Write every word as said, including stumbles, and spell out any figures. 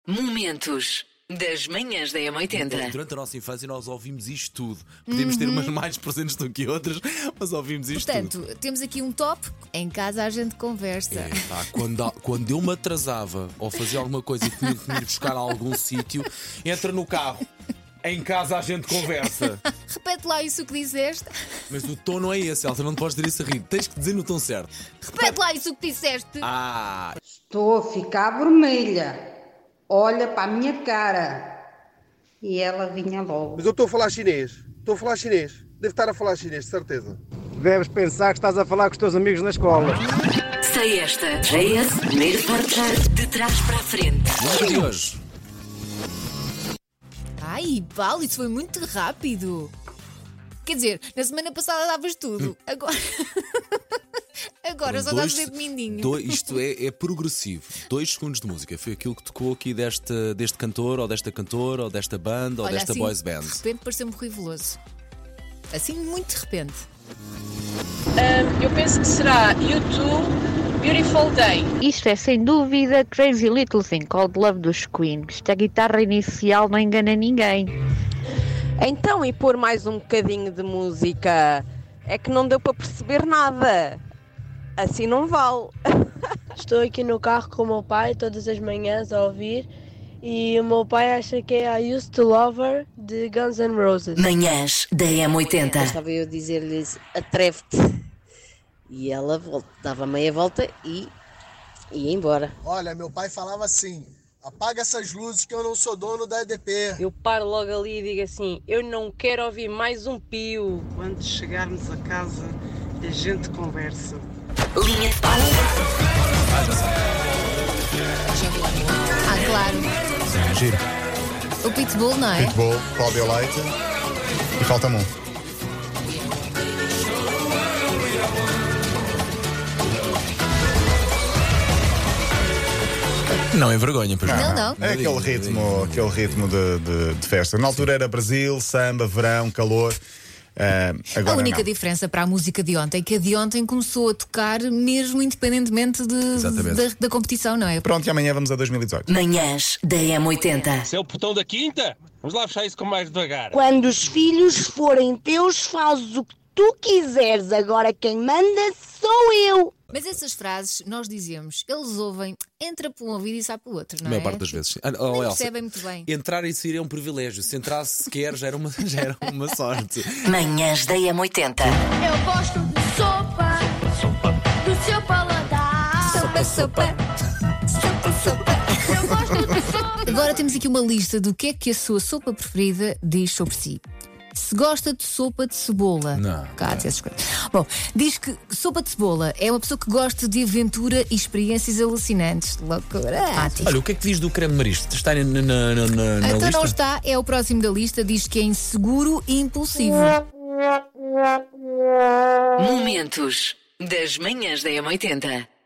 Momentos das manhãs da M oitenta. Durante a nossa infância nós ouvimos isto tudo. Podíamos uhum. ter umas mais presentes do que outras, mas ouvimos isto Portanto, tudo. Portanto, temos aqui um top. Em casa a gente conversa. É, pá, quando, quando eu me atrasava ou fazia alguma coisa e tinha que me ir buscar a algum sítio, entra no carro. Em casa a gente conversa. Repete lá isso que disseste. Mas o tom não é esse, Elsa, não te podes dizer isso a rir. Tens que dizer no tom certo. Repete lá isso que disseste. Ah. Estou a ficar vermelha. Olha para a minha cara. E ela vinha logo. Mas eu estou a falar chinês. Estou a falar chinês. Devo estar a falar chinês, de certeza. Deves pensar que estás a falar com os teus amigos na escola. Sei esta. J S, primeiro portar de trás para a frente. E hoje? Ai, Paulo, isso foi muito rápido. Quer dizer, na semana passada davas tudo. Agora. Agora só estás a dizer de mindinho. Dois, isto é, é progressivo. Dois segundos de música. Foi aquilo que tocou aqui deste, deste cantor, ou desta cantora, ou desta banda, Olha, ou desta assim, boys band. De repente pareceu-me Rui Veloso. Assim, muito de repente. Um, eu penso que será YouTube Beautiful Day. Isto é sem dúvida Crazy Little Thing Called Love dos Queen. Esta guitarra inicial não engana ninguém. Então, e pôr mais um bocadinho de música? É que não deu para perceber nada. Assim não vale. Estou aqui no carro com o meu pai todas as manhãs a ouvir e o meu pai acha que é I Used to Love Her de Guns N' Roses. Manhãs da M oitenta. Estava eu a dizer-lhes atreve-te e ela volta, dava meia volta e ia embora. Olha, meu pai falava assim: apaga essas luzes que eu não sou dono da E D P. Eu paro logo ali e digo assim: eu não quero ouvir mais um pio. Quando chegarmos a casa a gente conversa. Linha de passe. Ah, claro. Giro. O Pitbull, não é? Pitbull, Cláudia Leite e falta-me um. Não é vergonha, pois não. Não, não. É aquele ritmo, aquele ritmo de, de, de festa. Na altura era Brasil, samba, verão, calor. Uh, agora a única não. diferença para a música de ontem é que a de ontem começou a tocar mesmo independentemente de, da, da competição, não é? Pronto, e amanhã vamos a dois mil e dezoito. Manhãs da M oitenta. Se é o portão da quinta, vamos lá fechar isso com mais devagar. Quando os filhos forem teus, fazes o que tu quiseres. Agora quem manda sou eu. Mas essas frases nós dizemos, eles ouvem, entra por um ouvido e sai pelo outro, não é? A maior parte das vezes. Ah, oh, nem Elsa, percebem muito bem. Entrar e sair é um privilégio. Se entrasse sequer já era uma, já era uma sorte. Manhãs da M oitenta. Eu gosto de sopa, sopa do seu paladar. Sopa, sopa, sopa, sopa. Eu gosto de sopa. Agora temos aqui uma lista do que é que a sua sopa preferida diz sobre si. Se gosta de sopa de cebola. Não. Cá, essas coisas. Bom, diz que sopa de cebola é uma pessoa que gosta de aventura e experiências alucinantes. Loucura. Olha, o que é que diz do creme de nariz? Está na, na, na, na, na então lista? Não está, é o próximo da lista. Diz que é inseguro e impulsivo. Momentos das manhãs da M oitenta.